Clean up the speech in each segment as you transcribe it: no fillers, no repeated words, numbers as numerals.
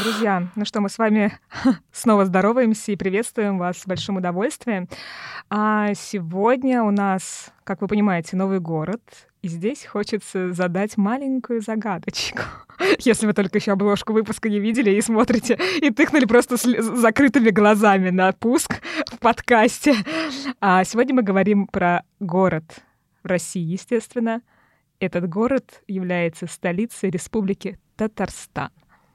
Друзья, ну что, мы с вами снова здороваемся и приветствуем вас с большим удовольствием. А сегодня у нас, как вы понимаете, новый город, и здесь хочется задать маленькую загадочку. Если вы только еще обложку выпуска не видели и смотрите, и тыкнули просто с закрытыми глазами на пуск в подкасте. А сегодня мы говорим про город в России, естественно. Этот город является столицей Республики Татарстан.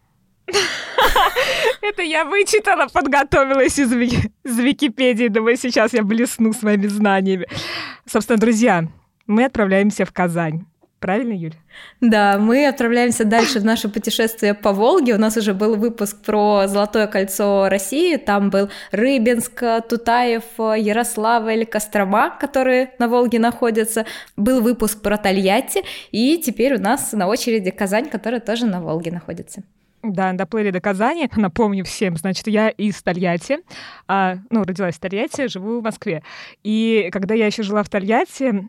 Это я вычитала, подготовилась из Википедии. Думаю, сейчас я блесну своими знаниями. Собственно, друзья, мы отправляемся в Казань. Правильно, Юль? Да, мы отправляемся дальше в наше путешествие по Волге. У нас уже был выпуск про Золотое кольцо России. Там был Рыбинск, Тутаев, Ярославль, Кострома, которые на Волге находятся. Был выпуск про Тольятти. И теперь у нас на очереди Казань, которая тоже на Волге находится. Да, доплыли до Казани. Напомню всем, значит, я из Тольятти, родилась в Тольятти, живу в Москве. И когда я еще жила в Тольятти,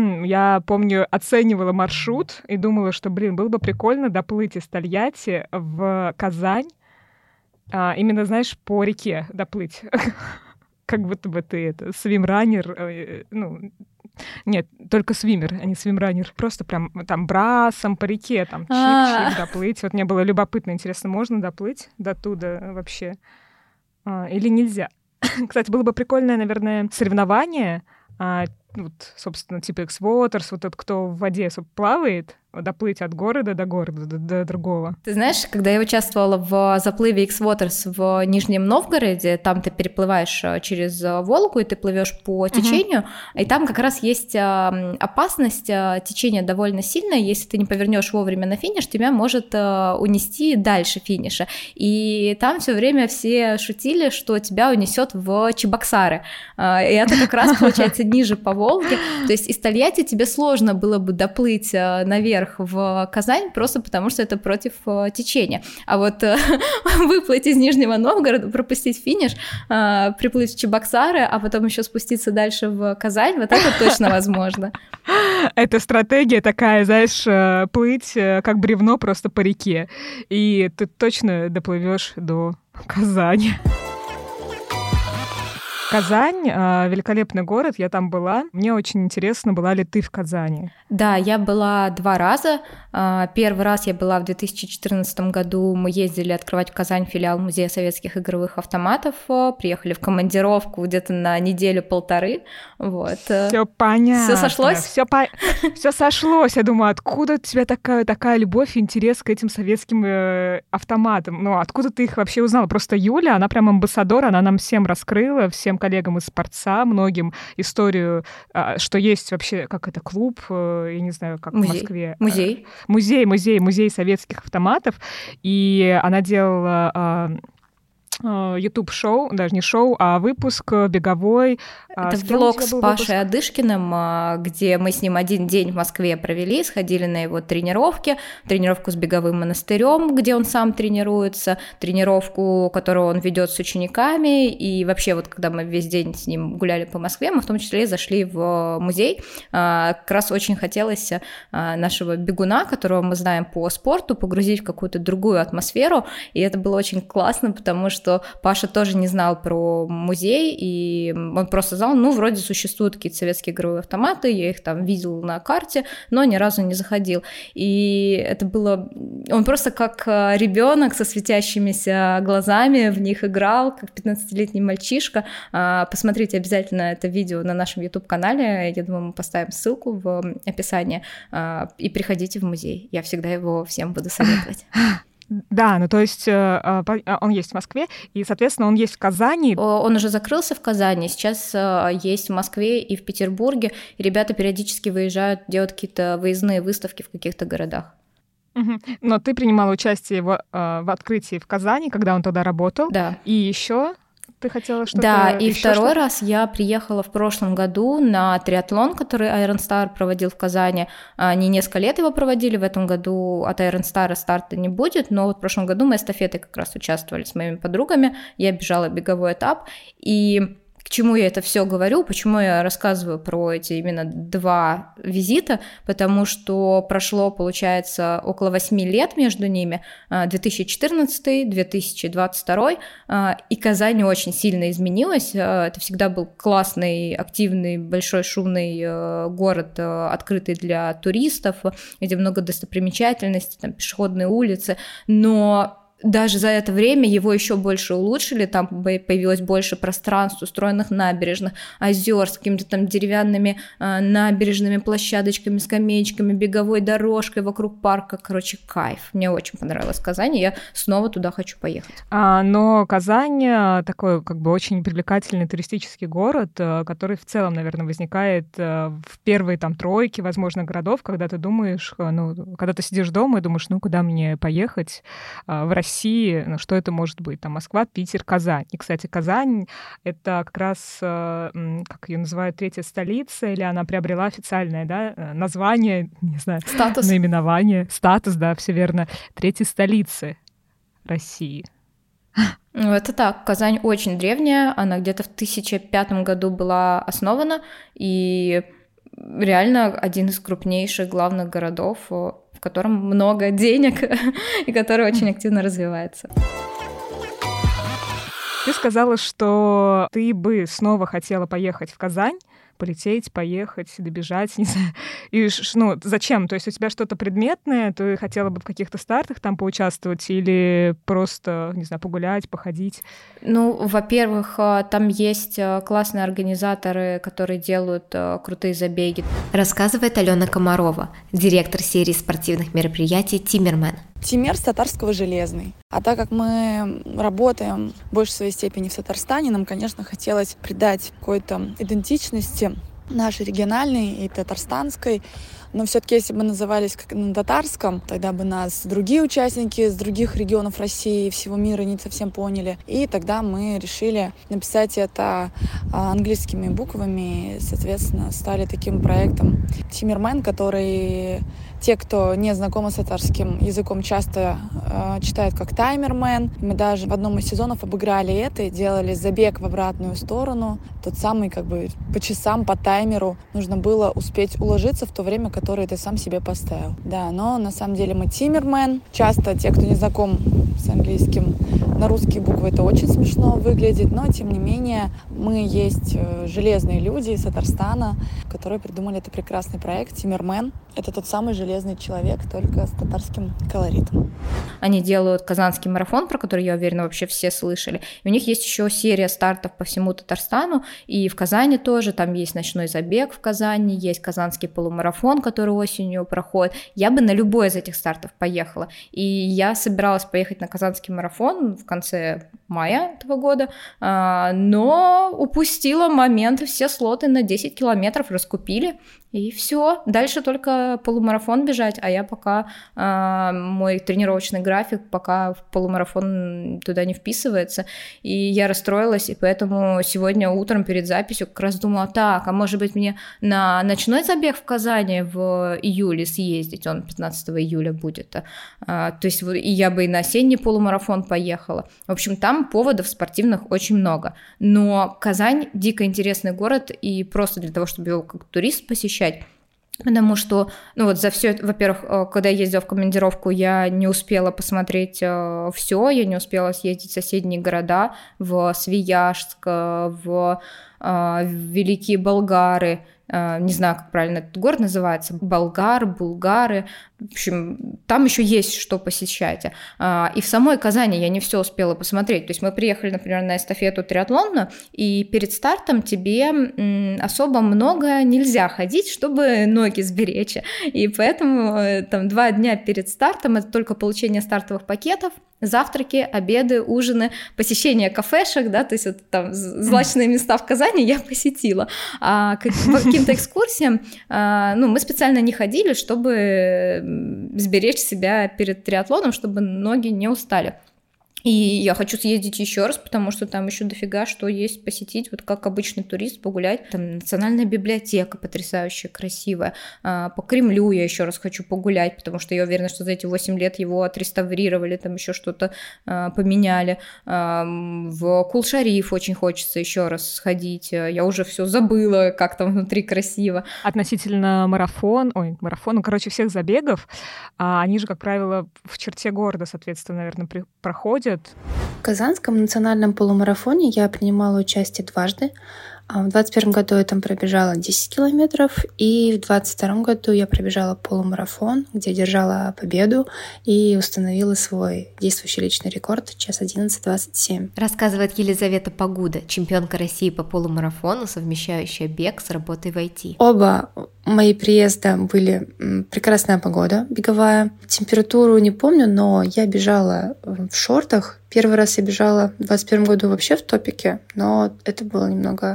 я помню, оценивала маршрут и думала, что, было бы прикольно доплыть из Тольятти в Казань, именно, знаешь, по реке доплыть. Как будто бы ты свимранер, нет, только свимер, а не свимранер. Просто прям там брасом по реке, там чик-чик доплыть. Вот мне было любопытно, интересно, можно доплыть до туда вообще или нельзя? Кстати, было бы прикольное, наверное, соревнование, собственно, типа X-Waters, вот тот, кто в воде плавает, доплыть от города до другого. Ты знаешь, когда я участвовала в заплыве X-Waters в Нижнем Новгороде, там ты переплываешь через Волгу, и ты плывешь по течению, и там как раз есть опасность, течение довольно сильное, если ты не повернешь вовремя на финиш, тебя может унести дальше финиша. И там все время все шутили, что тебя унесет в Чебоксары. И это как раз получается ниже по Волге. То есть из Тольятти тебе сложно было бы доплыть наверх в Казань, просто потому что это против течения. А вот выплыть из Нижнего Новгорода, пропустить финиш, приплыть в Чебоксары, а потом еще спуститься дальше в Казань, вот это точно возможно. Это стратегия такая, знаешь, плыть как бревно просто по реке, и ты точно доплывешь до Казани. Казань — великолепный город, я там была. Мне очень интересно, была ли ты в Казани? Да, я была 2 раза. Первый раз я была в 2014 году. Мы ездили открывать в Казань филиал Музея советских игровых автоматов. Приехали в командировку где-то на неделю-полторы. Вот. Все понятно. Все сошлось? Все сошлось. Я думаю, откуда у тебя такая любовь и интерес к этим советским автоматам? Ну, откуда ты их вообще узнала? Просто Юля, она прям амбассадор, она нам всем раскрыла, всем коллегам из спортса, многим историю, что есть вообще, как это, клуб, я не знаю, как музей. В Москве. Музей советских автоматов. И она делала YouTube-шоу, даже не шоу, а выпуск беговой. Это влог с Пашей Адышкиным, где мы с ним один день в Москве провели, сходили на его тренировку с беговым монастырем, где он сам тренируется, тренировку, которую он ведет с учениками, и вообще вот когда мы весь день с ним гуляли по Москве, мы в том числе зашли в музей. Как раз очень хотелось нашего бегуна, которого мы знаем по спорту, погрузить в какую-то другую атмосферу, и это было очень классно, потому что Паша тоже не знал про музей, и он просто знал, вроде существуют какие-то советские игровые автоматы, я их там видел на карте, но ни разу не заходил. И это было... Он просто как ребенок со светящимися глазами в них играл, как 15-летний мальчишка. Посмотрите обязательно это видео на нашем YouTube-канале, я думаю, мы поставим ссылку в описании, и приходите в музей, я всегда его всем буду советовать. Да, то есть он есть в Москве, и, соответственно, он есть в Казани. Он уже закрылся в Казани, сейчас есть в Москве и в Петербурге, и ребята периодически выезжают делать какие-то выездные выставки в каких-то городах. Но ты принимала участие в открытии в Казани, когда он тогда работал. Да. И еще ты хотела что-то... Да, и еще второй раз я приехала в прошлом году на триатлон, который Iron Star проводил в Казани. Они несколько лет его проводили, в этом году от Iron Star старта не будет, но вот в прошлом году мы эстафетой как раз участвовали с моими подругами, я бежала беговой этап, и К чему я это все говорю, почему я рассказываю про эти именно 2 визита, потому что прошло, получается, около 8 лет между ними, 2014-2022, и Казань очень сильно изменилась. Это всегда был классный, активный, большой, шумный город, открытый для туристов, где много достопримечательностей, там пешеходные улицы, но даже за это время его еще больше улучшили, там появилось больше пространств, устроенных набережных, озер с какими-то там деревянными набережными площадочками, скамеечками, беговой дорожкой вокруг парка. Короче, кайф. Мне очень понравилась Казань, и я снова туда хочу поехать. Но Казань такой как бы очень привлекательный туристический город, который в целом, наверное, возникает в первой там тройке, возможно, городов, когда ты думаешь, когда ты сидишь дома и думаешь, куда мне поехать в России, что это может быть? Там Москва, Питер, Казань. И, кстати, Казань — это как раз, как ее называют, 3-я столица, или она приобрела официальное, название, не знаю, статус. Наименование, статус, да, все верно, 3-й столицы России. Это так. Казань очень древняя, она где-то в 1005 году была основана, и реально один из крупнейших главных городов, в котором много денег и который очень активно развивается. Ты сказала, что ты бы снова хотела поехать в Казань, полететь, поехать, добежать, не знаю. И зачем? То есть у тебя что-то предметное, ты хотела бы в каких-то стартах там поучаствовать или просто, не знаю, погулять, походить? Во-первых, там есть классные организаторы, которые делают крутые забеги. Рассказывает Алена Комарова, директор серии спортивных мероприятий «Тиммермен». Тимер с татарского «железный». А так как мы работаем в большей своей степени в Татарстане, нам, конечно, хотелось придать какой-то идентичности нашей региональной и татарстанской. Но все-таки, если бы назывались как на татарском, тогда бы нас другие участники с других регионов России и всего мира не совсем поняли. И тогда мы решили написать это английскими буквами. И, соответственно, стали таким проектом «Тиммермен», который те, кто не знакомы с татарским языком, часто читают как «Таймермен». Мы даже в одном из сезонов обыграли это и делали забег в обратную сторону. Тот самый по часам, по таймеру нужно было успеть уложиться в то время, которое ты сам себе поставил. Да, но на самом деле мы «Тиммермен». Часто те, кто не знаком с английским, на русские буквы это очень смешно выглядит, но тем не менее мы есть железные люди из Татарстана, которые придумали этот прекрасный проект «Тиммермен». Это тот самый железный человек, только с татарским колоритом. Они делают казанский марафон, про который, я уверена, вообще все слышали. И у них есть еще серия стартов по всему Татарстану, и в Казани тоже. Там есть ночной забег в Казани, есть казанский полумарафон, который осенью проходит. Я бы на любой из этих стартов поехала. И я собиралась поехать на казанский марафон в конце мая этого года, но упустила момент, все слоты на 10 километров раскупили. И все, дальше только полумарафон бежать, а я пока, мой тренировочный график пока в полумарафон туда не вписывается, и я расстроилась, и поэтому сегодня утром перед записью как раз думала, так, а может быть мне на ночной забег в Казани в июле съездить, он 15 июля будет, то есть и я бы и на осенний полумарафон поехала. В общем, там поводов спортивных очень много, но Казань дико интересный город, и просто для того, чтобы его как турист посещать, потому что, за все, во-первых, когда я ездила в командировку, я не успела посмотреть все, я не успела съездить в соседние города, в Свияжск, в Великие Болгары, не знаю, как правильно этот город называется, Булгары, в общем, там еще есть что посещать. И в самой Казани я не все успела посмотреть. То есть мы приехали, например, на эстафету триатлонную, и перед стартом тебе особо много нельзя ходить, чтобы ноги сберечь. И поэтому там 2 дня перед стартом это только получение стартовых пакетов, завтраки, обеды, ужины, посещение кафешек, да, то есть вот там злачные места в Казани я посетила. А по каким-то экскурсиям, мы специально не ходили, чтобы сберечь себя перед триатлоном, чтобы ноги не устали. И я хочу съездить еще раз, потому что там еще дофига что есть посетить, вот как обычный турист погулять. Там национальная библиотека потрясающая, красивая. По Кремлю я еще раз хочу погулять, потому что я уверена, что за эти 8 лет его отреставрировали, там еще что-то поменяли. В Кул-Шариф очень хочется еще раз сходить. Я уже все забыла, как там внутри красиво. Относительно марафона, всех забегов, они же, как правило, в черте города, соответственно, наверное, проходят. В Казанском национальном полумарафоне я принимала участие дважды. В 2021 году я там пробежала 10 километров, и в 2022 году я пробежала полумарафон, где держала победу и установила свой действующий личный рекорд час 11:27. Рассказывает Елизавета Погуда, чемпионка России по полумарафону, совмещающая бег с работой в IT. Оба мои приезда были прекрасная погода беговая. Температуру не помню, но я бежала в шортах. Первый раз я бежала в 2021 году вообще в топике, но это было немного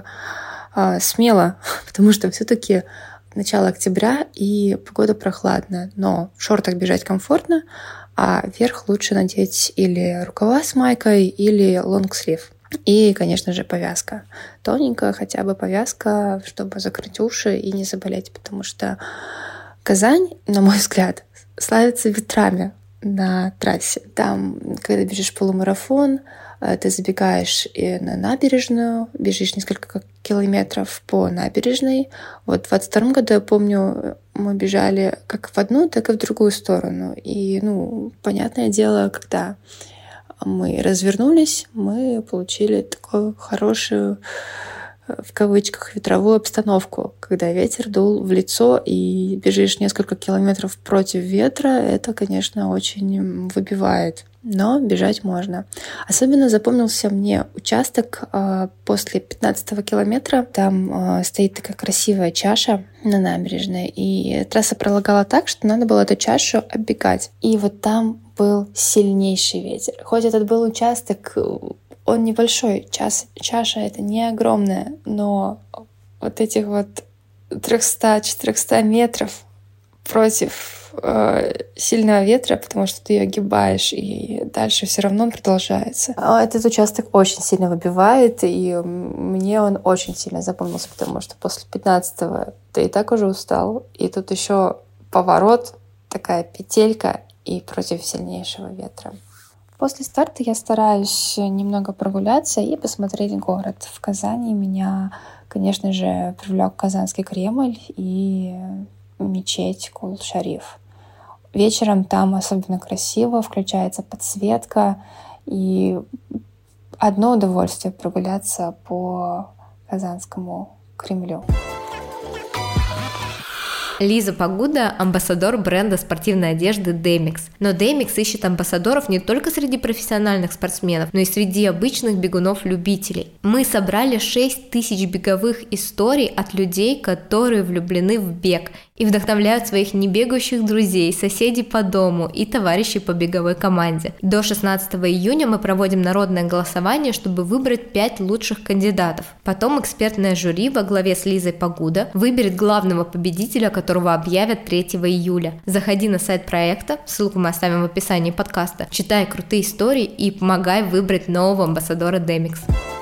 смело, потому что все-таки начало октября и погода прохладная, но в шортах бежать комфортно, а верх лучше надеть или рукава с майкой, или лонгслив. И, конечно же, повязка. Тоненькая хотя бы повязка, чтобы закрыть уши и не заболеть, потому что Казань, на мой взгляд, славится ветрами на трассе. Там, когда бежишь полумарафон, ты забегаешь и на набережную, бежишь несколько километров по набережной. Вот в 2022 году, я помню, мы бежали как в одну, так и в другую сторону. И, понятное дело, когда мы развернулись, мы получили такую хорошую, в кавычках, ветровую обстановку. Когда ветер дул в лицо и бежишь несколько километров против ветра, это, конечно, очень выбивает. Но бежать можно. Особенно запомнился мне участок после 15-го километра. Там стоит такая красивая чаша на набережной, и трасса пролагала так, что надо было эту чашу оббегать. И вот там был сильнейший ветер. Хоть этот был участок, он небольшой, чаша это не огромная, но вот этих вот 300-400 метров против сильного ветра, потому что ты ее огибаешь, и дальше все равно он продолжается. Этот участок очень сильно выбивает, и мне он очень сильно запомнился, потому что после 15-го ты и так уже устал, и тут еще поворот, такая петелька, и против сильнейшего ветра. После старта я стараюсь немного прогуляться и посмотреть город. В Казани меня, конечно же, привлек Казанский Кремль и мечеть Кул-Шариф. Вечером там особенно красиво, включается подсветка, и одно удовольствие прогуляться по Казанскому Кремлю. Лиза Погуда – амбассадор бренда спортивной одежды Demix. Но Demix ищет амбассадоров не только среди профессиональных спортсменов, но и среди обычных бегунов-любителей. Мы собрали 6000 беговых историй от людей, которые влюблены в бег и вдохновляют своих небегающих друзей, соседей по дому и товарищей по беговой команде. До 16 июня мы проводим народное голосование, чтобы выбрать 5 лучших кандидатов. Потом экспертное жюри во главе с Лизой Погуда выберет главного победителя, которого объявят 3 июля. Заходи на сайт проекта, ссылку мы оставим в описании подкаста, читай крутые истории и помогай выбрать нового амбассадора Demix.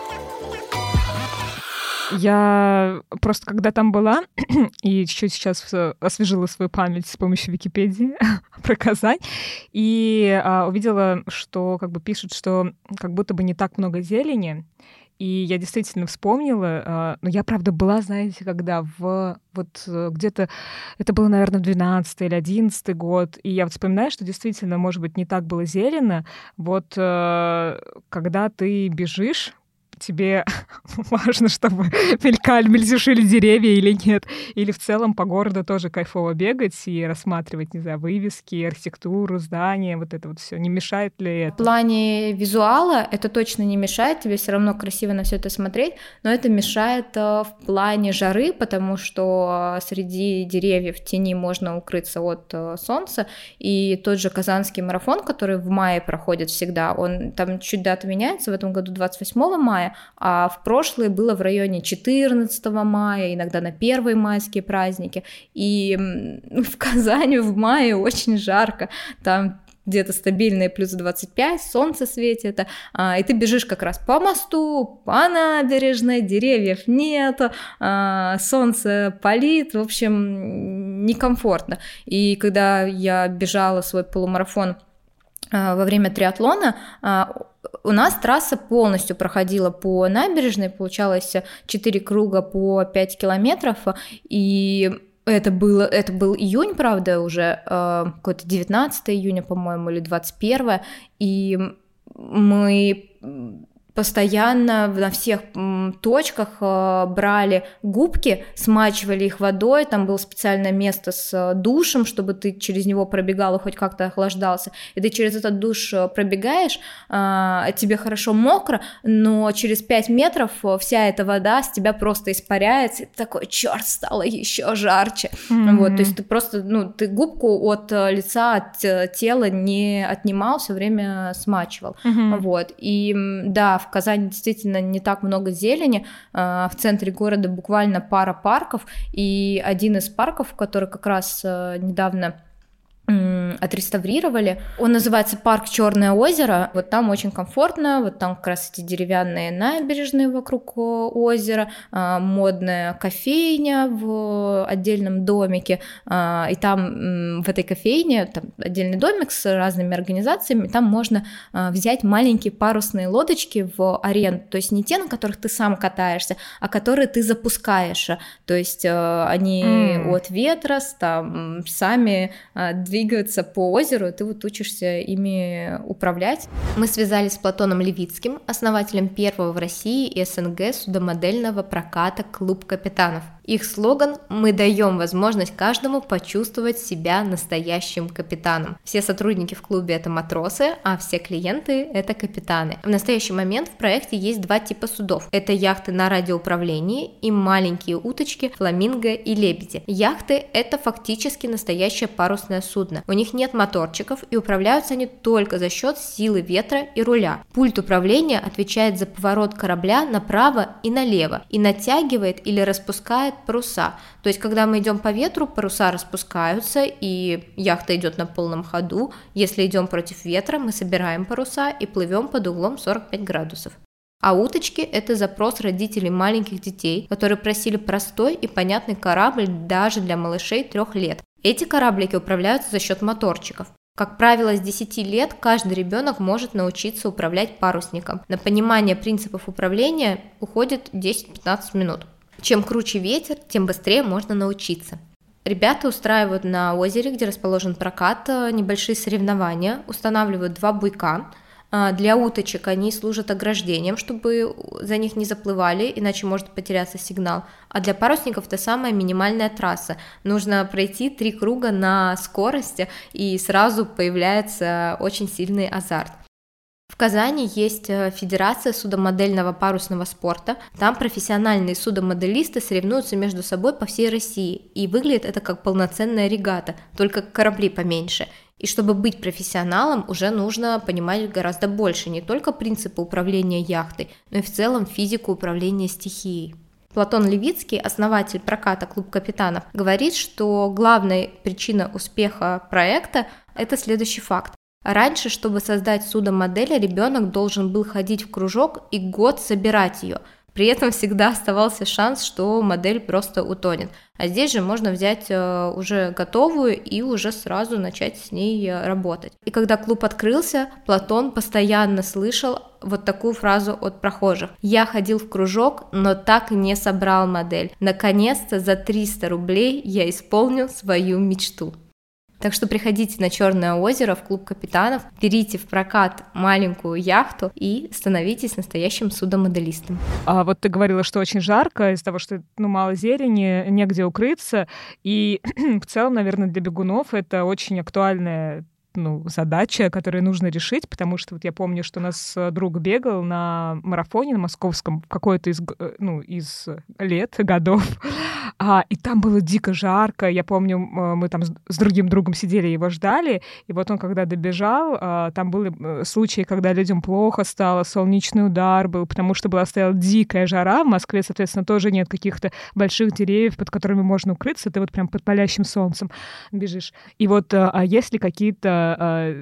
Я просто когда там была и чуть-чуть сейчас освежила свою память с помощью Википедии про Казань и увидела, что пишут, что как будто бы не так много зелени. И я действительно вспомнила, но я, правда, была, знаете, когда где-то, это было, наверное, 12 или 11 год, и я вспоминаю, что действительно, может быть, не так было зелено. Когда ты бежишь, тебе важно, чтобы мельтешили деревья или нет. Или в целом по городу тоже кайфово бегать и рассматривать, не знаю, вывески, архитектуру, здания, вот это вот все. Не мешает ли это? В плане визуала это точно не мешает, тебе все равно красиво на все это смотреть, но это мешает в плане жары, потому что среди деревьев в тени можно укрыться от солнца, и тот же Казанский марафон, который в мае проходит всегда, он там чуть дата меняется, в этом году 28 мая, а в прошлые было в районе 14 мая, иногда на первые майские праздники, и в Казани в мае очень жарко, там где-то стабильные плюс 25, солнце светит, и ты бежишь как раз по мосту, по набережной, деревьев нету, солнце палит, в общем, некомфортно. И когда я бежала свой полумарафон во время триатлона, у нас трасса полностью проходила по набережной, получалось 4 круга по 5 километров, и это был июнь, правда, уже какое-то 19 июня, по-моему, или 21, и мы постоянно на всех точках брали губки, смачивали их водой, там было специальное место с душем, чтобы ты через него пробегал и хоть как-то охлаждался, и ты через этот душ пробегаешь, тебе хорошо мокро, но через 5 метров вся эта вода с тебя просто испаряется, и ты такой, черт, стало еще жарче, вот, то есть ты просто, ты губку от лица, от тела не отнимал, все время смачивал, вот, и да, в Казани действительно не так много зелени, в центре города буквально пара парков, и один из парков, который как раз недавно отреставрировали. Он называется парк Черное озеро. Вот там очень комфортно, вот там как раз эти деревянные набережные вокруг озера, модная кофейня в отдельном домике, и там в этой кофейне там отдельный домик с разными организациями, там можно взять маленькие парусные лодочки в аренду, то есть не те, на которых ты сам катаешься, а которые ты запускаешь, то есть они от ветра там сами двигаются по озеру, и ты вот учишься ими управлять. Мы связались с Платоном Левицким, основателем первого в России и СНГ судомодельного проката «Клуб капитанов». Их слоган «Мы даем возможность каждому почувствовать себя настоящим капитаном». Все сотрудники в клубе — это матросы, а все клиенты — это капитаны. В настоящий момент в проекте есть 2 типа судов. Это яхты на радиоуправлении и маленькие уточки «Фламинго» и «Лебеди». Яхты — это фактически настоящее парусное судно. У них нет моторчиков, и управляются они только за счет силы ветра и руля. Пульт управления отвечает за поворот корабля направо и налево и натягивает или распускает паруса. То есть, когда мы идем по ветру, паруса распускаются, и яхта идет на полном ходу. Если идем против ветра, мы собираем паруса и плывем под углом 45 градусов. А уточки – это запрос родителей маленьких детей, которые просили простой и понятный корабль даже для малышей 3 лет. Эти кораблики управляются за счет моторчиков. Как правило, с 10 лет каждый ребенок может научиться управлять парусником. На понимание принципов управления уходит 10-15 минут. Чем круче ветер, тем быстрее можно научиться. Ребята устраивают на озере, где расположен прокат, небольшие соревнования, устанавливают 2 буйка. Для уточек они служат ограждением, чтобы за них не заплывали, иначе может потеряться сигнал. А для парусников это самая минимальная трасса. Нужно пройти 3 круга на скорости, и сразу появляется очень сильный азарт. В Казани есть Федерация судомодельного парусного спорта. Там профессиональные судомоделисты соревнуются между собой по всей России. И выглядит это как полноценная регата, только корабли поменьше. И чтобы быть профессионалом, уже нужно понимать гораздо больше, не только принципы управления яхтой, но и в целом физику управления стихией. Платон Левицкий, основатель проката «Клуб капитанов», говорит, что главная причина успеха проекта – это следующий факт. Раньше, чтобы создать судомодель, ребенок должен был ходить в кружок и год собирать ее. При этом всегда оставался шанс, что модель просто утонет. А здесь же можно взять уже готовую и уже сразу начать с ней работать. И когда клуб открылся, Платон постоянно слышал вот такую фразу от прохожих. «Я ходил в кружок, но так и не собрал модель. Наконец-то за 300 рублей я исполнил свою мечту». Так что приходите на Черное озеро в клуб капитанов, берите в прокат маленькую яхту и становитесь настоящим судомоделистом. А вот ты говорила, что очень жарко из-за того, что мало зелени, негде укрыться. И в целом, наверное, для бегунов это очень актуальная задача, которую нужно решить, потому что вот я помню, что у нас друг бегал на марафоне на московском в какое-то из годов, и там было дико жарко. Я помню, мы там с другим другом сидели, его ждали, и вот он когда добежал, там были случаи, когда людям плохо стало, солнечный удар был, потому что стояла дикая жара. В Москве, соответственно, тоже нет каких-то больших деревьев, под которыми можно укрыться, ты вот прям под палящим солнцем бежишь. И вот есть ли какие-то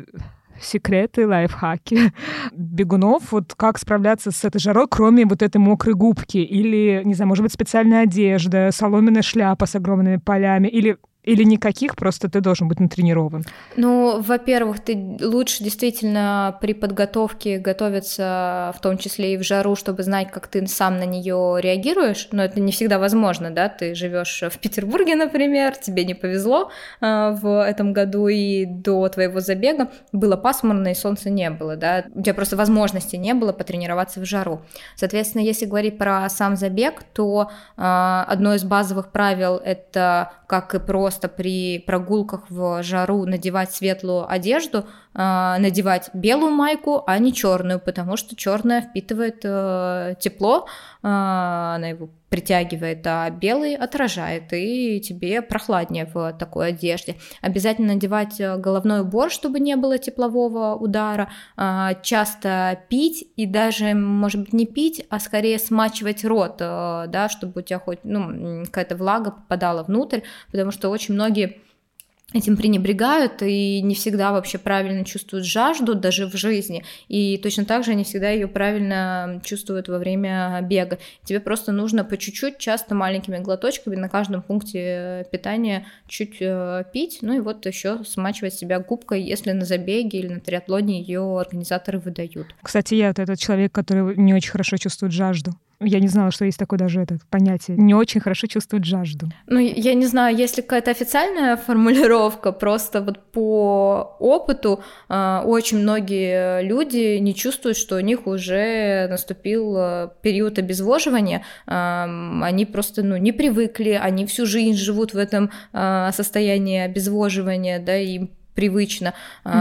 секреты, лайфхаки бегунов, вот как справляться с этой жарой, кроме вот этой мокрой губки, или, не знаю, может быть, специальная одежда, соломенная шляпа с огромными полями, или никаких, просто ты должен быть натренирован? Ну, во-первых, ты лучше действительно при подготовке готовиться, в том числе и в жару, чтобы знать, как ты сам на нее реагируешь, но это не всегда возможно, да, ты живешь в Петербурге, например, тебе не повезло в этом году, и до твоего забега было пасмурно, и солнца не было, да, у тебя просто возможности не было потренироваться в жару. Соответственно, если говорить про сам забег, то одно из базовых правил — это, как и просто при прогулках в жару, надевать светлую одежду, надевать белую майку, а не черную, потому что черная впитывает тепло, она его притягивает, а белый отражает, и тебе прохладнее в такой одежде. Обязательно надевать головной убор, чтобы не было теплового удара, часто пить, и даже, может быть, не пить, а скорее смачивать рот, да, чтобы у тебя хоть какая-то влага попадала внутрь, потому что очень многие этим пренебрегают и не всегда вообще правильно чувствуют жажду даже в жизни, и точно так же не всегда ее правильно чувствуют во время бега. Тебе просто нужно по чуть-чуть, часто маленькими глоточками на каждом пункте питания чуть пить, ну и вот еще смачивать себя губкой, если на забеге или на триатлоне ее организаторы выдают. Кстати, я этот человек, который не очень хорошо чувствует жажду. Я не знала, что есть такое даже это понятие. Не очень хорошо чувствует жажду. Ну, я не знаю, есть ли какая-то официальная формулировка, просто вот по опыту очень многие люди не чувствуют, что у них уже наступил период обезвоживания. Они просто, не привыкли, они всю жизнь живут в этом состоянии обезвоживания, да, и привычно.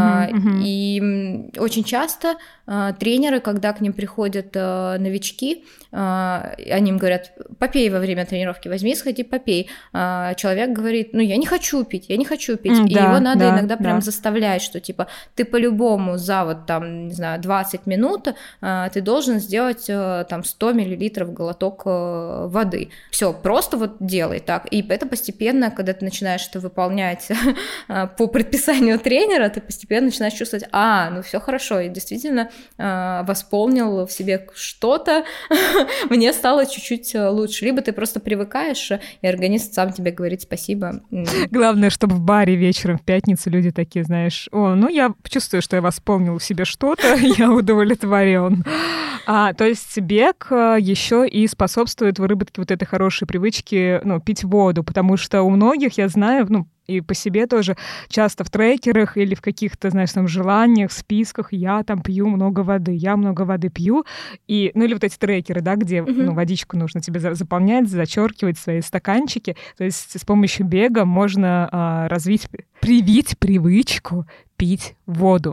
И очень часто тренеры, когда к ним приходят новички, они им говорят: попей во время тренировки, возьми, сходи, попей. Человек говорит: я не хочу пить. И его надо иногда прям заставлять, что типа ты по-любому за вот там, не знаю, 20 минут ты должен сделать там 100 миллилитров глоток воды. Все, просто вот делай так. И это постепенно, когда ты начинаешь это выполнять по предписанию тренера, ты постепенно начинаешь чувствовать: все хорошо, и действительно восполнил в себе что-то, мне стало чуть-чуть лучше. Либо ты просто привыкаешь, и организм сам тебе говорит спасибо. Главное, чтобы в баре вечером в пятницу люди такие, знаешь: я чувствую, что я восполнил в себе что-то, я удовлетворен. То есть бег еще и способствует выработке вот этой хорошей привычки, пить воду, потому что у многих, я знаю, и по себе тоже, часто в трекерах или в каких-то, знаешь, там желаниях, списках я там пью много воды, я много воды пью, и, или вот эти трекеры, да, где водичку нужно тебе заполнять, зачеркивать свои стаканчики, то есть с помощью бега можно привить привычку пить воду.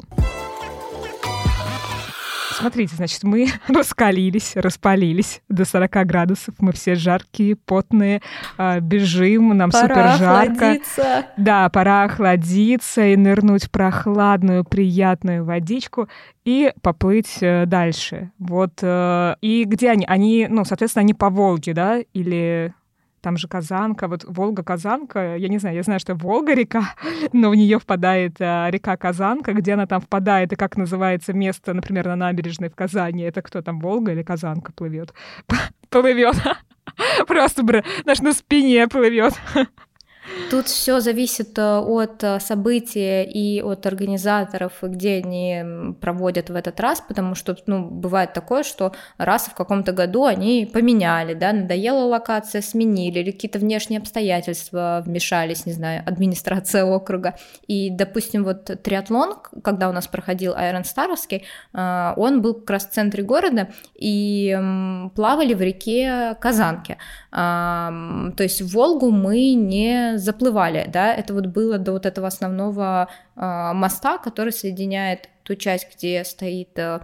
Смотрите, значит, мы распалились до 40 градусов, мы все жаркие, потные, бежим, нам супер жарко. Пора охладиться. Да, пора охладиться и нырнуть в прохладную, приятную водичку и поплыть дальше. Вот, и где они? Они, соответственно, они по Волге, да, или... Там же Казанка, вот Волга-Казанка, я не знаю, я знаю, что Волга-река, но в нее впадает река Казанка, где она там впадает, и как называется место, например, на набережной в Казани, это кто там, Волга или Казанка плывет? Плывет. Просто, наш на спине плывет. Тут все зависит от события и от организаторов, где они проводят в этот раз, потому что, бывает такое, что раз в каком-то году они поменяли, да, надоела локация, сменили, или какие-то внешние обстоятельства вмешались, не знаю, администрация округа. И, допустим, вот триатлон, когда у нас проходил Iron Старовский, он был как раз в центре города, и плавали в реке Казанки. То есть в Волгу мы не заплывали, да, это вот было до вот этого основного моста, который соединяет ту часть, где стоит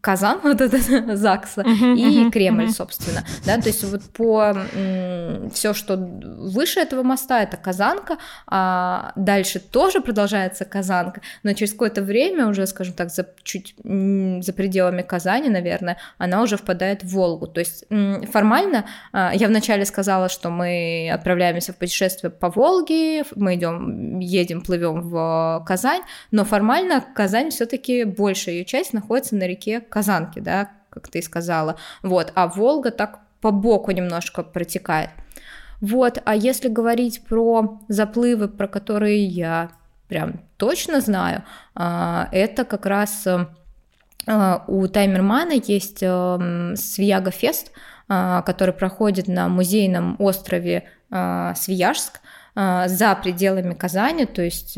Казан, вот этот ЗАГСа, и Кремль, собственно, да, то есть вот по все, что выше этого моста, это Казанка, а дальше тоже продолжается Казанка, но через какое-то время уже, скажем так, чуть за пределами Казани, наверное, она уже впадает в Волгу, то есть формально, я вначале сказала, что мы отправляемся в путешествие по Волге, мы едем, плывем в Казань, но формально Казань все-таки большая ее часть находится на реке Казанки, да, как ты сказала, вот, а Волга так по боку немножко протекает. Вот, а если говорить про заплывы, про которые я прям точно знаю, это как раз у Таймермана есть Свияга-фест, который проходит на музейном острове Свияжск за пределами Казани, то есть...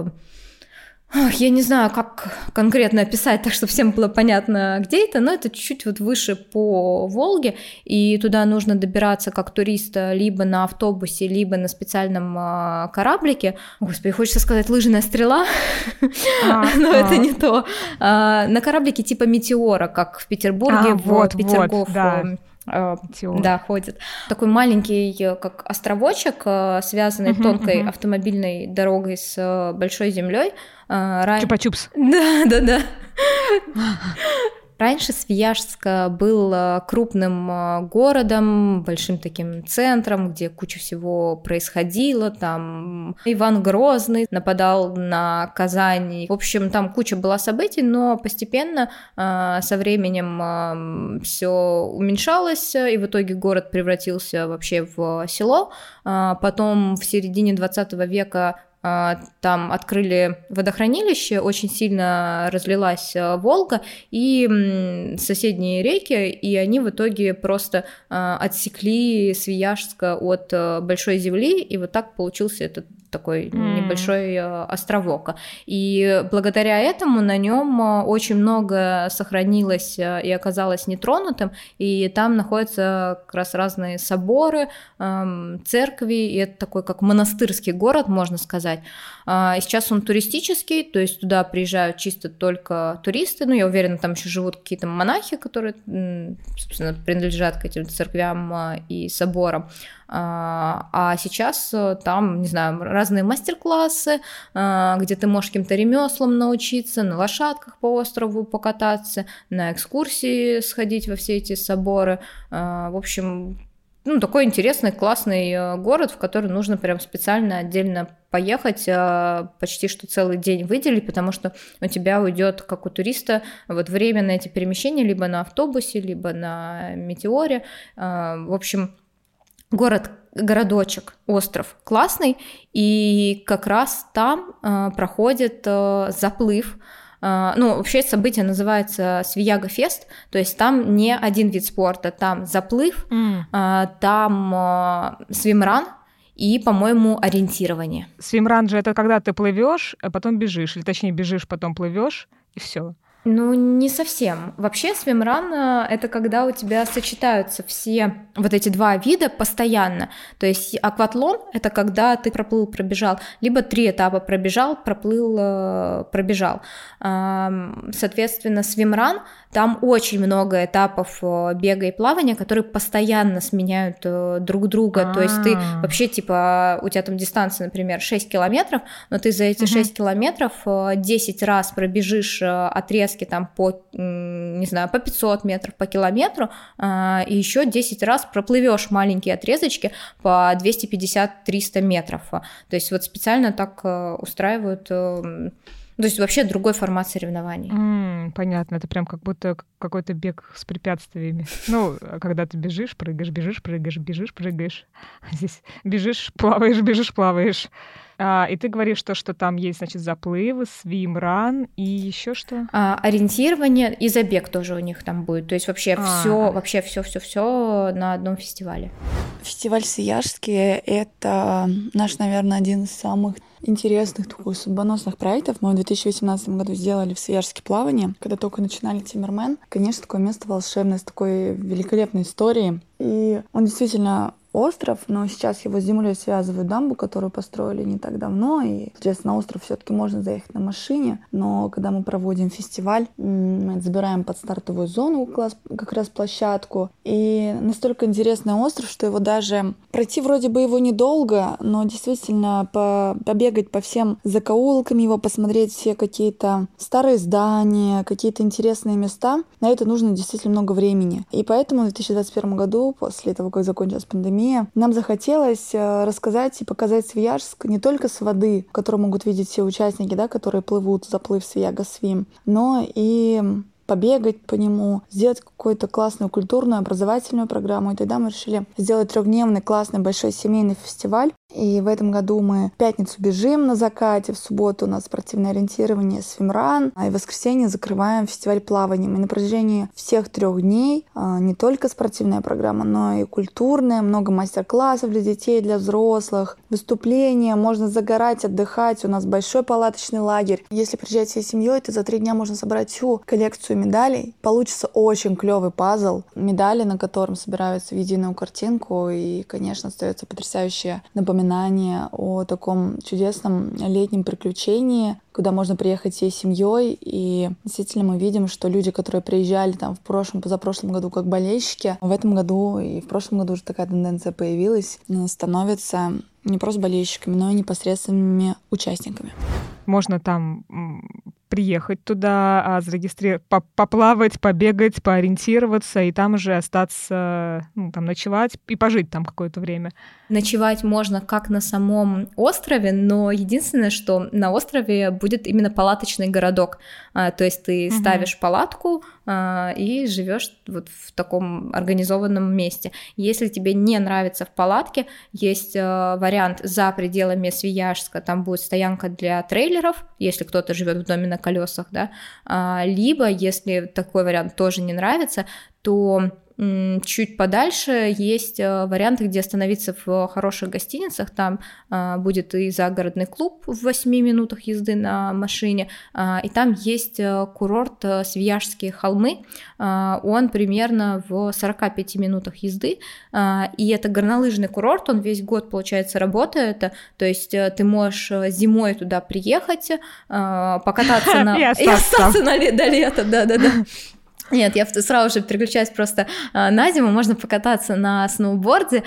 Я не знаю, как конкретно описать, так чтобы всем было понятно, где это, но это чуть-чуть вот выше по Волге, и туда нужно добираться как туриста либо на автобусе, либо на специальном кораблике. Господи, хочется сказать «лыжная стрела», но это не то. На кораблике типа «Метеора», как в Петербурге, в Петергоф. Да, ходит. Такой маленький, как островочек, связанный тонкой автомобильной дорогой с большой землей. Чупа-чупс. Да. Раньше Свияжск был крупным городом, большим таким центром, где куча всего происходило, там Иван Грозный нападал на Казань, в общем, там куча была событий, но постепенно со временем все уменьшалось, и в итоге город превратился вообще в село, потом в середине 20 века там открыли водохранилище, очень сильно разлилась Волга и соседние реки, и они в итоге просто отсекли Свияжск от большой земли, и вот так получился этот такой небольшой островок. И благодаря этому на нем очень много сохранилось и оказалось нетронутым, и там находятся как раз разные соборы, церкви, и это такой как монастырский город, можно сказать. И сейчас он туристический, то есть туда приезжают чисто только туристы, я уверена, там еще живут какие-то монахи, которые, собственно, принадлежат к этим церквям и соборам. А сейчас там, не знаю, разные мастер-классы, где ты можешь каким-то ремеслам научиться, на лошадках по острову покататься, на экскурсии сходить во все эти соборы. В общем, такой интересный, классный город, в который нужно прям специально отдельно поехать, почти что целый день выделить, потому что у тебя уйдет, как у туриста, вот время на эти перемещения либо на автобусе, либо на метеоре. В общем, городочек, остров классный, и как раз там проходит заплыв. Вообще это событие называется Свияга-фест, то есть там не один вид спорта, там заплыв, там свимран и, по-моему, ориентирование. Свимран же это когда ты плывешь, а потом бежишь, или точнее бежишь, потом плывешь, и все. Не совсем. Вообще свимран — это когда у тебя сочетаются все вот эти два вида постоянно. То есть акватлон — это когда ты проплыл, пробежал, либо 3 этапа пробежал, проплыл, пробежал. Соответственно, свимран — там очень много этапов бега и плавания, которые постоянно сменяют друг друга. То есть ты вообще, у тебя там дистанция, например, 6 километров, но ты за эти 6 километров 10 раз пробежишь отрезки там по 500 метров, по километру, и еще 10 раз проплывешь маленькие отрезочки по 250-300 метров. То есть вот специально так устраивают... То есть вообще другой формат соревнований. Понятно, это прям как будто какой-то бег с препятствиями. Когда ты бежишь, прыгаешь, бежишь, прыгаешь, бежишь, прыгаешь. Здесь бежишь, плаваешь, бежишь, плаваешь. И ты говоришь, что там есть, значит, заплывы, свимран и еще что? Ориентирование и забег тоже у них там будет. То есть вообще все на одном фестивале. Фестиваль Свияжский — это наш, наверное, один из самых интересных, таких судьбоносных проектов. Мы в 2018 году сделали в Свияжске плавание, когда только начинали Тиммермен. Конечно, такое место волшебное, с такой великолепной историей. И он действительно остров, но сейчас его с землей связывают дамбу, которую построили не так давно, и, соответственно, на остров все-таки можно заехать на машине, но когда мы проводим фестиваль, мы забираем под стартовую зону как раз площадку, и настолько интересный остров, что его даже пройти вроде бы его недолго, но действительно побегать по всем закоулкам его, посмотреть все какие-то старые здания, какие-то интересные места, на это нужно действительно много времени. И поэтому в 2021 году, после того, как закончилась пандемия, нам захотелось рассказать и показать Свияжск не только с воды, которую могут видеть все участники, да, которые плывут заплыв Свияга Свим, но и побегать по нему, сделать какую-то классную культурную, образовательную программу. И тогда мы решили сделать 3-дневный классный большой семейный фестиваль. И в этом году мы в пятницу бежим на закате, в субботу у нас спортивное ориентирование свимран, и в воскресенье закрываем фестиваль плаванием. И на протяжении всех 3 дней не только спортивная программа, но и культурная, много мастер-классов для детей, для взрослых, выступления, можно загорать, отдыхать. У нас большой палаточный лагерь. Если приезжать всей семьей, то за 3 дня можно собрать всю коллекцию медалей. Получится очень клевый пазл. Медали, на котором собираются в единую картинку. И, конечно, остается потрясающее напоминание о таком чудесном летнем приключении, куда можно приехать всей семьей. И действительно мы видим, что люди, которые приезжали там в прошлом, позапрошлом году как болельщики, в этом году и в прошлом году уже такая тенденция появилась, становятся не просто болельщиками, но и непосредственными участниками. Можно там приехать туда, зарегистрировать, поплавать, побегать, поориентироваться, и там уже остаться, там ночевать и пожить там какое-то время. Ночевать можно как на самом острове, но единственное, что на острове будет именно палаточный городок. То есть ты ставишь палатку и живешь вот в таком организованном месте. Если тебе не нравится в палатке, есть вариант за пределами Свияжска, там будет стоянка для трейлеров, если кто-то живет в доме на колесах, да, либо, если такой вариант тоже не нравится, то чуть подальше есть варианты, где остановиться в хороших гостиницах. Там будет и загородный клуб в 8 минутах езды на машине, и там есть курорт Свияжские холмы. Он примерно в 45 минутах езды, и это горнолыжный курорт, он весь год, получается, работает, то есть ты можешь зимой туда приехать, покататься и остаться до лета, да-да-да. Нет, я сразу же переключаюсь просто на зиму, можно покататься на сноуборде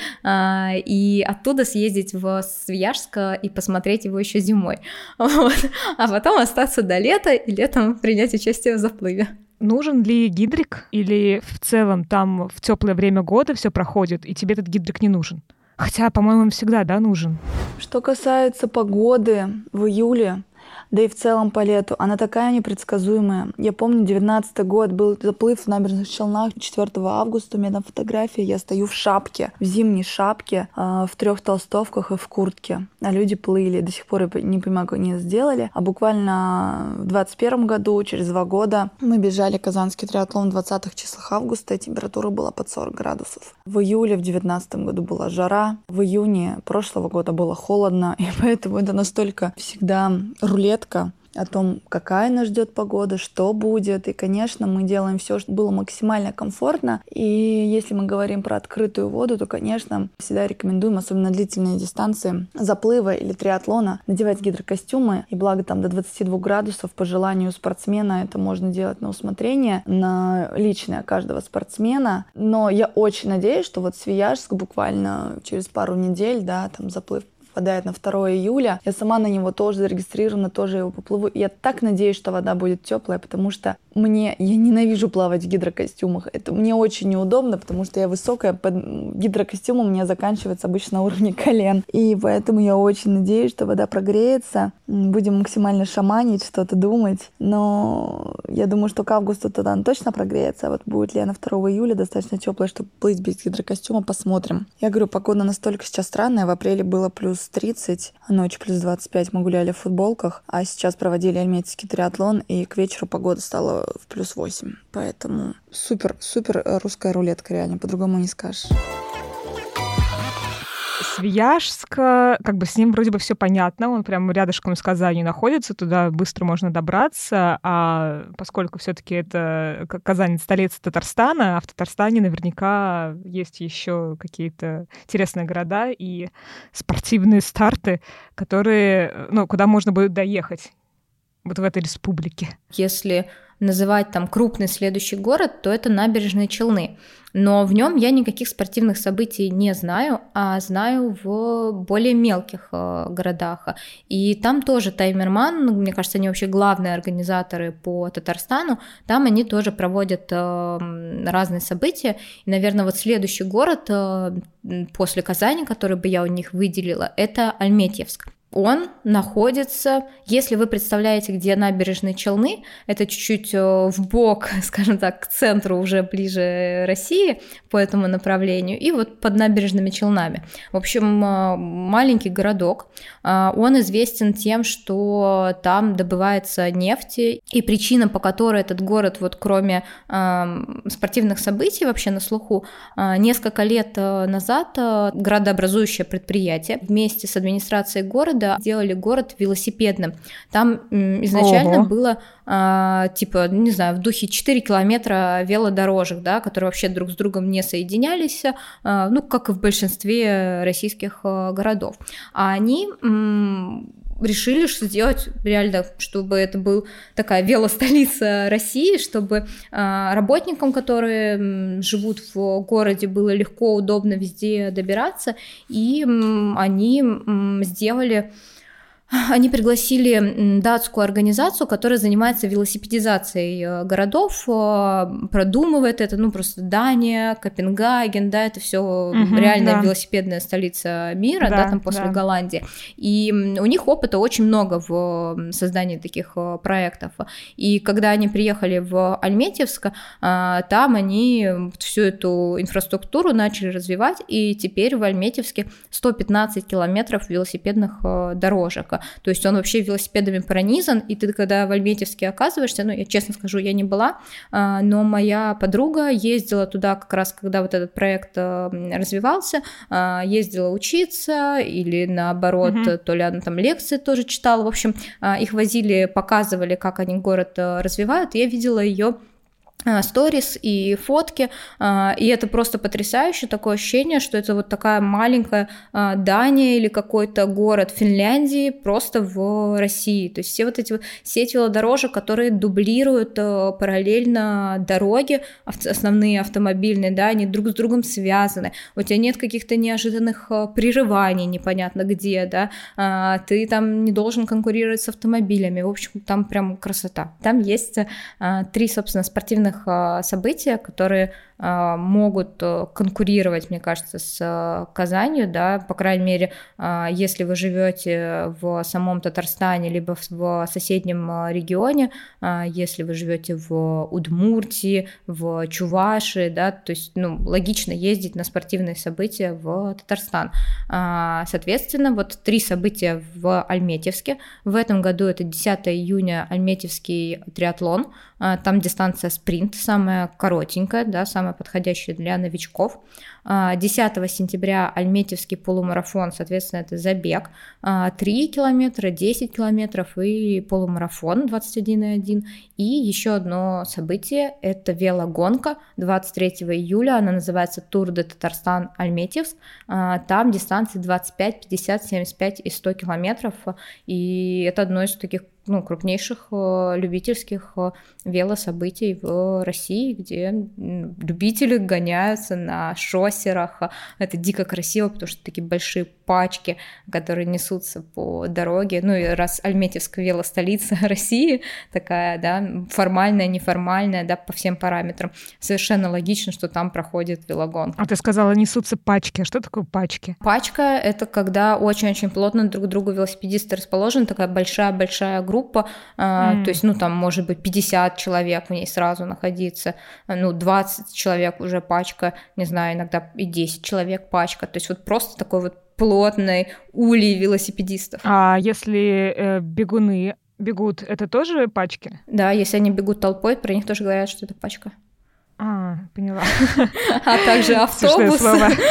и оттуда съездить в Свияжск и посмотреть его еще зимой, вот. А потом остаться до лета и летом принять участие в заплыве. Нужен ли гидрик или в целом там в теплое время года все проходит, и тебе этот гидрик не нужен? Хотя, по-моему, он всегда, да, нужен. Что касается погоды в июле, да и в целом по лету, она такая непредсказуемая. Я помню, 19-й год был заплыв в Набережных Челнах 4 августа. У меня там фотография, я стою в шапке, в зимней шапке, в 3 толстовках и в куртке. А люди плыли. До сих пор я не понимаю, как они это сделали. А буквально в 21 году, через 2 года, мы бежали казанский триатлон в 20-х числах августа, и температура была под 40 градусов. В июле в 19 году была жара. В июне прошлого года было холодно. И поэтому это настолько всегда рулетка о том, какая нас ждет погода, что будет. И, конечно, мы делаем все, чтобы было максимально комфортно. И если мы говорим про открытую воду, то, конечно, всегда рекомендуем, особенно длительные дистанции заплыва или триатлона, надевать гидрокостюмы. И благо там до 22 градусов по желанию спортсмена это можно делать на усмотрение, на личное каждого спортсмена. Но я очень надеюсь, что вот Свияжск буквально через пару недель, да, там заплыв впадает на 2 июля. Я сама на него тоже зарегистрирована, тоже его поплыву. Я так надеюсь, что вода будет теплая, потому что я ненавижу плавать в гидрокостюмах. Это мне очень неудобно, потому что я высокая, под гидрокостюмом у меня заканчивается обычно на уровне колен. И поэтому я очень надеюсь, что вода прогреется, будем максимально шаманить, что-то думать. Но я думаю, что к августу тогда она точно прогреется. А вот будет ли она 2 июля достаточно теплая, чтобы плыть без гидрокостюма, посмотрим. Я говорю, погода настолько сейчас странная. В апреле было плюс 30, а ночью плюс 25. Мы гуляли в футболках, а сейчас проводили альметьевский триатлон, и к вечеру погода стала в плюс 8. Поэтому супер русская рулетка, реально, по-другому не скажешь. Свияжск, как бы с ним вроде бы все понятно, он прям рядышком с Казанью находится, туда быстро можно добраться, а поскольку все-таки это Казань — столица Татарстана, а в Татарстане наверняка есть еще какие-то интересные города и спортивные старты, которые, куда можно будет доехать вот в этой республике. Если называть там крупный следующий город, то это Набережные Челны. Но в нем я никаких спортивных событий не знаю, а знаю в более мелких городах. И там тоже Таймерман, мне кажется, они вообще главные организаторы по Татарстану, там они тоже проводят разные события. И, наверное, вот следующий город после Казани, который бы я у них выделила, это Альметьевск. Он находится, если вы представляете, где Набережные Челны, это чуть-чуть вбок, скажем так, к центру, уже ближе России по этому направлению, и вот под Набережными Челнами. В общем, маленький городок, он известен тем, что там добывается нефть, и причина, по которой этот город, вот кроме спортивных событий вообще на слуху, несколько лет назад градообразующее предприятие вместе с администрацией города сделали город велосипедным. Там изначально было, не знаю, в духе 4 километра велодорожек, да, которые вообще друг с другом не соединялись, как и в большинстве российских городов. А они решили, что сделать реально, чтобы это была такая велостолица России, чтобы работникам, которые живут в городе, было легко, удобно везде добираться, и они пригласили датскую организацию, которая занимается велосипедизацией городов, продумывает это, просто Дания, Копенгаген, да, это все реально велосипедная столица мира, там после Голландии. И у них опыта очень много в создании таких проектов. И когда они приехали в Альметьевск, там они всю эту инфраструктуру начали развивать, и теперь в Альметьевске 115 километров велосипедных дорожек. То есть он вообще велосипедами пронизан, и ты, когда в Альметьевске оказываешься, я честно скажу, я не была, но моя подруга ездила туда как раз, когда вот этот проект развивался, ездила учиться, или наоборот, то ли она там лекции тоже читала, в общем, их возили, показывали, как они город развивают, и я видела ее сторис и фотки, и это просто потрясающе, такое ощущение, что это вот такая маленькая Дания или какой-то город Финляндии просто в России, то есть все вот эти сеть велодорожек, которые дублируют параллельно дороги, основные автомобильные, да, они друг с другом связаны, у тебя нет каких-то неожиданных прерываний непонятно где, да, ты там не должен конкурировать с автомобилями, в общем, там прям красота. Там есть 3, собственно, спортивных события, которые могут конкурировать, мне кажется, с Казанью, да, по крайней мере, если вы живете в самом Татарстане, либо в соседнем регионе, если вы живете в Удмуртии, в Чувашии, да, то есть, логично ездить на спортивные события в Татарстан. Соответственно, вот 3 события в Альметьевске. В этом году это 10 июня Альметьевский триатлон, там дистанция спринт, самая коротенькая, да, самая подходящая для новичков. 10 сентября Альметьевский полумарафон, соответственно, это забег, 3 километра, 10 километров и полумарафон 21,1. И еще одно событие, это велогонка 23 июля, она называется Тур де Татарстан Альметьевск, там дистанции 25, 50, 75 и 100 километров, и это одно из таких крупнейших любительских велособытий в России, где любители гоняются на шоссерах. Это дико красиво, потому что такие большие пачки, которые несутся по дороге. И раз Альметьевск велостолица России, такая, да, формальная, неформальная, да, по всем параметрам, совершенно логично, что там проходит велогонка. А ты сказала, несутся пачки. А что такое пачки? Пачка — это когда очень-очень плотно друг к другу велосипедисты расположены, такая большая-большая группа, то есть, там может быть 50 человек в ней сразу находиться, 20 человек уже пачка, не знаю, иногда и 10 человек пачка, то есть вот просто такой вот плотный улей велосипедистов. А если бегуны бегут, это тоже пачки? Да, если они бегут толпой, про них тоже говорят, что это пачка. Поняла. А также автобус,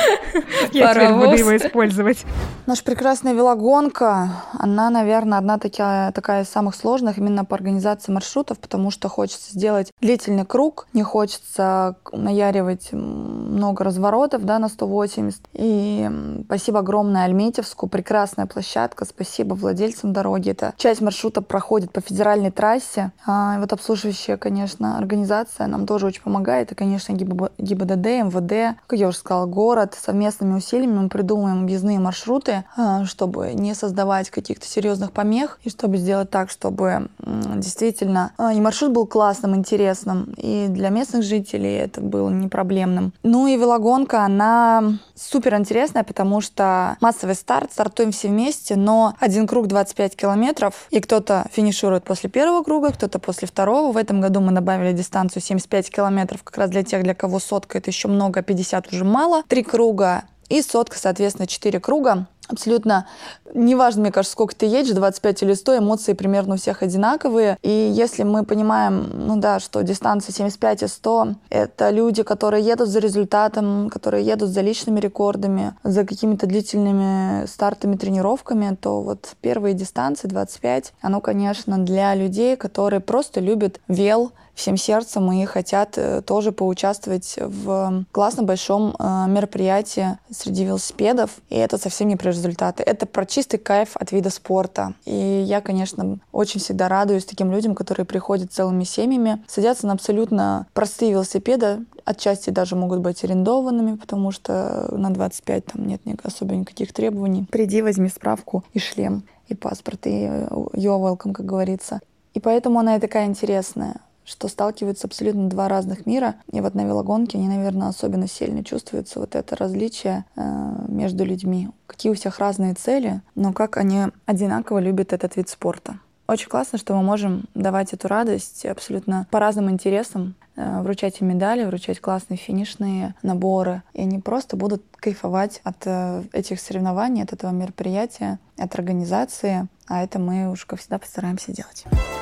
я теперь буду его использовать. Наша прекрасная велогонка, она, наверное, одна такая из самых сложных именно по организации маршрутов, потому что хочется сделать длительный круг, не хочется наяривать много разворотов, да, на 180. И спасибо огромное Альметьевску, прекрасная площадка, спасибо владельцам дороги. Эта часть маршрута проходит по федеральной трассе. И вот обслуживающая, конечно, организация нам тоже очень помогает. И, конечно, ГИБДД, МВД, как я уже сказала, город. Совместными усилиями мы придумываем объездные маршруты, чтобы не создавать каких-то серьезных помех, и чтобы сделать так, чтобы действительно и маршрут был классным, интересным, и для местных жителей это было не проблемным. Ну и велогонка, она супер интересная, потому что массовый старт, стартуем все вместе, но один круг 25 километров, и кто-то финиширует после первого круга, кто-то после второго. В этом году мы добавили дистанцию 75 километров, как раз для тех, для кого сотка это еще много, 50 уже мало. 3 круга и сотка, соответственно, 4 круга. Абсолютно неважно, мне кажется, сколько ты едешь, 25 или 100, эмоции примерно у всех одинаковые. И если мы понимаем, что дистанция 75 и 100 — это люди, которые едут за результатом, которые едут за личными рекордами, за какими-то длительными стартами, тренировками, то вот первые дистанции, 25, оно, конечно, для людей, которые просто любят вел всем сердцем и хотят тоже поучаствовать в классном большом мероприятии среди велосипедов. И это совсем не про результаты. Это про чистый кайф от вида спорта. И я, конечно, очень всегда радуюсь таким людям, которые приходят целыми семьями, садятся на абсолютно простые велосипеды, отчасти даже могут быть арендованными, потому что на 25 там нет особо никаких требований. Приди, возьми справку и шлем, и паспорт, и you're welcome, как говорится. И поэтому она и такая интересная, что сталкиваются абсолютно два разных мира. И вот на велогонке они, наверное, особенно сильно чувствуется вот это различие между людьми. Какие у всех разные цели, но как они одинаково любят этот вид спорта. Очень классно, что мы можем давать эту радость абсолютно по разным интересам, вручать им медали, вручать классные финишные наборы. И они просто будут кайфовать от этих соревнований, от этого мероприятия, от организации. А это мы уж, как всегда, постараемся делать.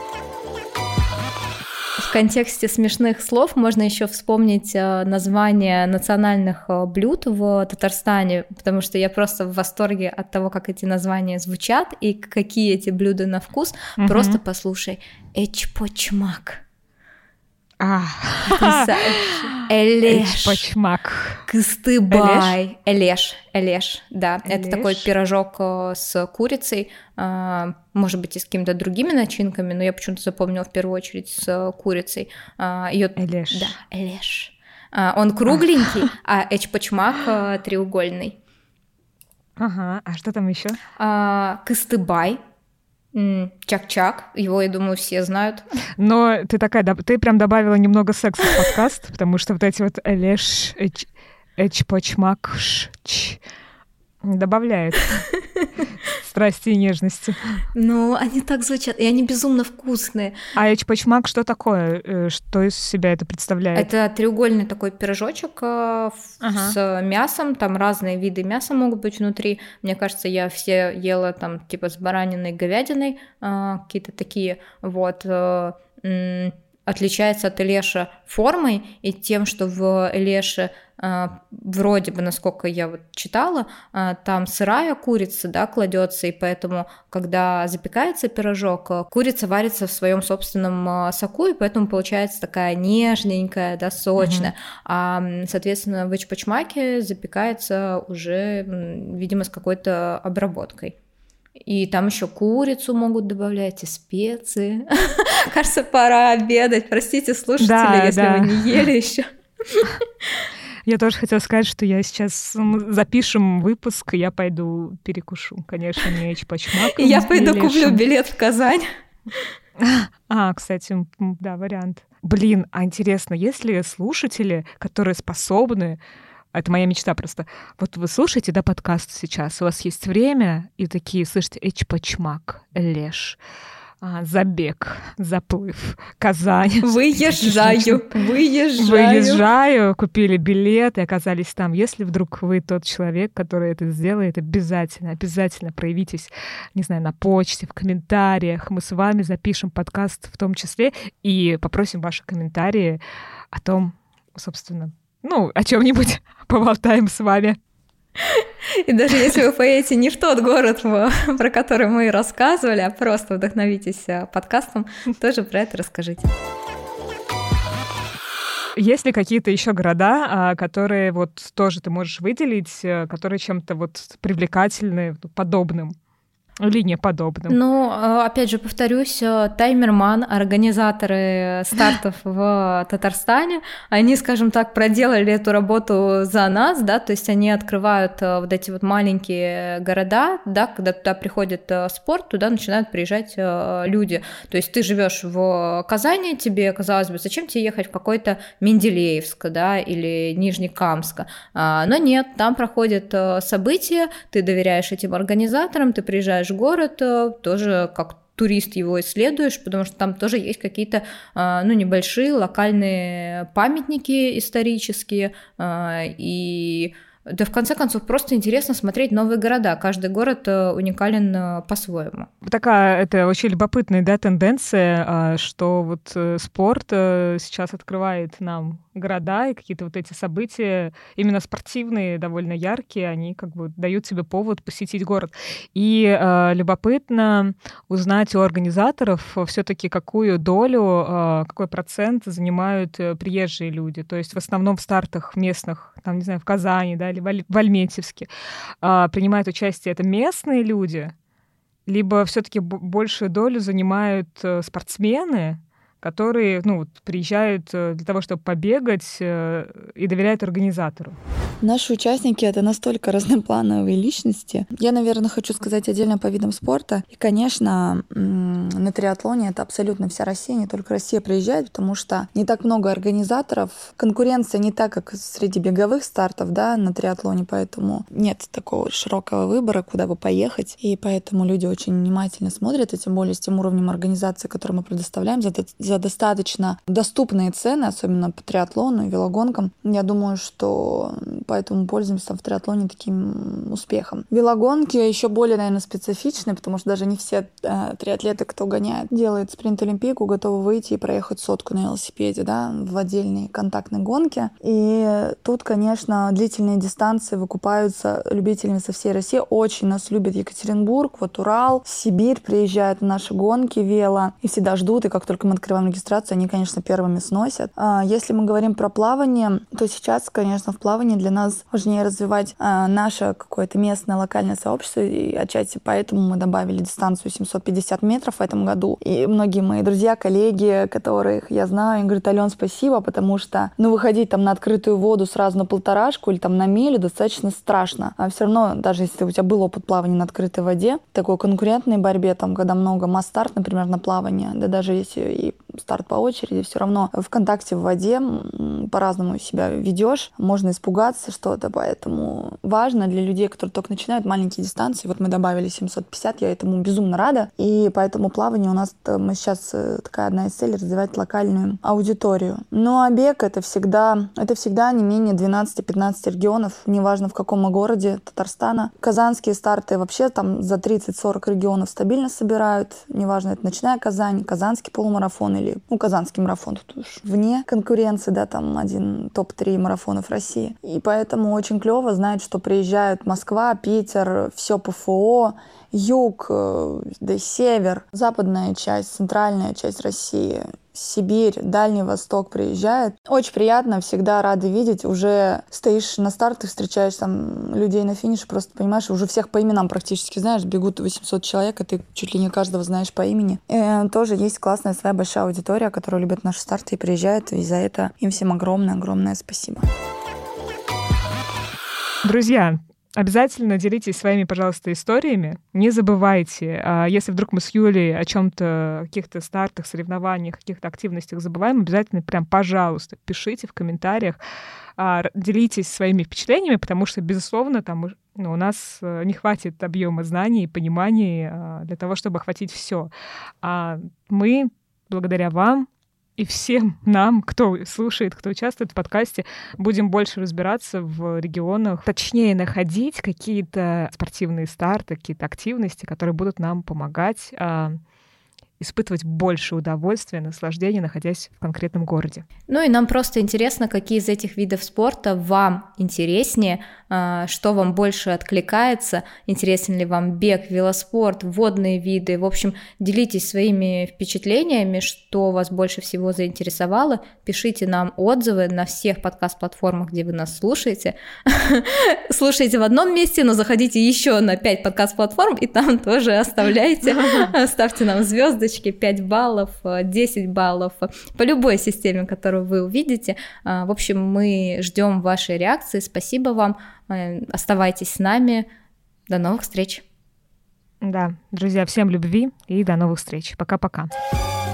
В контексте смешных слов можно еще вспомнить название национальных блюд в Татарстане, потому что я просто в восторге от того, как эти названия звучат и какие эти блюда на вкус. Просто послушай. Эчпочмак. Элеш. Эчпочмак. Кыстыбай. Элеш, да. Это такой пирожок с курицей, может быть, и с какими-то другими начинками, но я почему-то запомнила в первую очередь с курицей. Элеш. Да, элеш. Он кругленький, а эчпочмак треугольный. Ага, а что там еще? Кыстыбай. Чак-чак, его, я думаю, все знают. Но ты прям добавила немного секса в подкаст, потому что вот эти вот элеш, эчпочмак, добавляет страсти и нежности. Ну, они так звучат, и они безумно вкусные. А эчпочмак что такое? Что из себя это представляет? Это треугольный такой пирожочек с мясом, там разные виды мяса могут быть внутри. Мне кажется, я все ела там типа с бараниной, говядиной, какие-то такие вот. Отличается от элеша формой и тем, что в элеше вроде бы, насколько я вот читала, там сырая курица, да, кладется, и поэтому, когда запекается пирожок, курица варится в своем собственном соку, и поэтому получается такая нежненькая, да, сочная. А, соответственно, в эчпочмаке запекается уже, видимо, с какой-то обработкой. И там еще курицу могут добавлять, и специи. Кажется, пора обедать. Простите, слушатели, если вы не ели еще. Я тоже хотела сказать, что я сейчас запишем выпуск, и я пойду перекушу. Конечно, не эчпочмак. Я пойду куплю билет в Казань. Кстати, да, вариант. Блин, а интересно, есть ли слушатели, которые способны... Это моя мечта просто. Вот вы слушаете, да, подкаст сейчас, у вас есть время, и такие слышите эчпочмак, элеш, забег, заплыв, Казань. Выезжаю, купили билет и оказались там. Если вдруг вы тот человек, который это сделает, обязательно проявитесь, не знаю, на почте, в комментариях. Мы с вами запишем подкаст в том числе и попросим ваши комментарии о том, собственно, о чем-нибудь поболтаем с вами. И даже если вы поедете не в тот город, про который мы рассказывали, а просто вдохновитесь подкастом, тоже про это расскажите. Есть ли какие-то еще города, которые тоже ты можешь выделить, которые чем-то привлекательны, подобным? Или неподобным? Опять же, повторюсь, Таймерман, организаторы стартов в Татарстане, они, скажем так, проделали эту работу за нас, да, то есть они открывают эти маленькие города, да, когда туда приходит спорт, туда начинают приезжать люди. То есть ты живешь в Казани, тебе, казалось бы, зачем тебе ехать в какой-то Менделеевск, да, или Нижнекамск? Но нет, там проходят события, ты доверяешь этим организаторам, ты приезжаешь в город, тоже как турист его исследуешь, потому что там тоже есть какие-то небольшие локальные памятники исторические, и да, в конце концов, просто интересно смотреть новые города. Каждый город уникален по-своему. Это очень любопытная, да, тенденция, что спорт сейчас открывает нам города, и какие-то эти события, именно спортивные, довольно яркие, они дают тебе повод посетить город. И любопытно узнать у организаторов все-таки какую долю, какой процент занимают приезжие люди. То есть в основном в стартах местных, в Казани, да, или в Альметьевске принимают участие это местные люди, либо все-таки большую долю занимают спортсмены, которые приезжают для того, чтобы побегать, и доверяют организатору. Наши участники — это настолько разноплановые личности. Я, наверное, хочу сказать отдельно по видам спорта. И, конечно, на триатлоне это абсолютно вся Россия, не только Россия приезжает, потому что не так много организаторов. Конкуренция не так, как среди беговых стартов, да, на триатлоне, поэтому нет такого широкого выбора, куда бы поехать. И поэтому люди очень внимательно смотрят, и тем более с тем уровнем организации, который мы предоставляем, за достаточно доступные цены, особенно по триатлону и велогонкам. Я думаю, что поэтому пользуемся в триатлоне таким успехом. Велогонки еще более, наверное, специфичны, потому что даже не все триатлеты, кто гоняет, делает спринт-олимпийку, готовы выйти и проехать 100 на велосипеде, да, в отдельной контактной гонке. И тут, конечно, длительные дистанции выкупаются любителями со всей России. Очень нас любит Екатеринбург, Урал, Сибирь приезжают на наши гонки вело и всегда ждут, и как только мы открываем регистрацию, они, конечно, первыми сносят. Если мы говорим про плавание, то сейчас, конечно, в плавании для нас важнее развивать наше какое-то местное локальное сообщество, и отчасти поэтому мы добавили дистанцию 750 метров в этом году. И многие мои друзья, коллеги, которых я знаю, они говорят: Алён, спасибо, потому что выходить на открытую воду сразу на 1,5 или на милю достаточно страшно. А все равно, даже если у тебя был опыт плавания на открытой воде, такой конкурентной борьбе, когда много масс-старт, например, на плавание, да даже если и старт по очереди, все равно в контакте в воде по-разному себя ведешь, можно испугаться что-то, поэтому важно для людей, которые только начинают маленькие дистанции. Мы добавили 750, я этому безумно рада, и поэтому плавание у нас, мы сейчас такая одна из целей, развивать локальную аудиторию. А бег это всегда не менее 12-15 регионов, неважно в каком мы городе Татарстана. Казанские старты вообще за 30-40 регионов стабильно собирают, неважно, это ночная Казань, казанский полумарафон или казанский марафон, тут уж вне конкуренции, да, один топ-3 марафонов России. И поэтому очень клево знать, что приезжают Москва, Питер, все ПФО, юг, да север, западная часть, центральная часть России, Сибирь, Дальний Восток приезжает. Очень приятно, всегда рады видеть. Уже стоишь на стартах, встречаешь людей на финише, просто понимаешь, уже всех по именам практически знаешь. Бегут 800 человек, а ты чуть ли не каждого знаешь по имени. И тоже есть классная своя большая аудитория, которая любит наши старты и приезжает. И за это им всем огромное-огромное спасибо. Друзья, обязательно делитесь своими, пожалуйста, историями. Не забывайте, если вдруг мы с Юлей о чем-то, каких-то стартах, соревнованиях, каких-то активностях забываем, обязательно пожалуйста, пишите в комментариях, делитесь своими впечатлениями, потому что, безусловно, у нас не хватит объема знаний и пониманий для того, чтобы охватить все. А мы, благодаря вам, и всем нам, кто слушает, кто участвует в подкасте, будем больше разбираться в регионах, точнее находить какие-то спортивные старты, какие-то активности, которые будут нам помогать испытывать больше удовольствия, наслаждения, находясь в конкретном городе. Ну и нам просто интересно, какие из этих видов спорта вам интереснее, что вам больше откликается, интересен ли вам бег, велоспорт, водные виды. В общем, делитесь своими впечатлениями, что вас больше всего заинтересовало. Пишите нам отзывы на всех подкаст-платформах, где вы нас слушаете. Слушайте в одном месте, но заходите еще на 5 подкаст-платформ, и там тоже оставляйте, ставьте нам звездочки, 5 баллов, 10 баллов, по любой системе, которую вы увидите. В общем, мы ждем вашей реакции. Спасибо вам. Оставайтесь с нами. До новых встреч. Да, друзья, всем любви и до новых встреч. Пока-пока.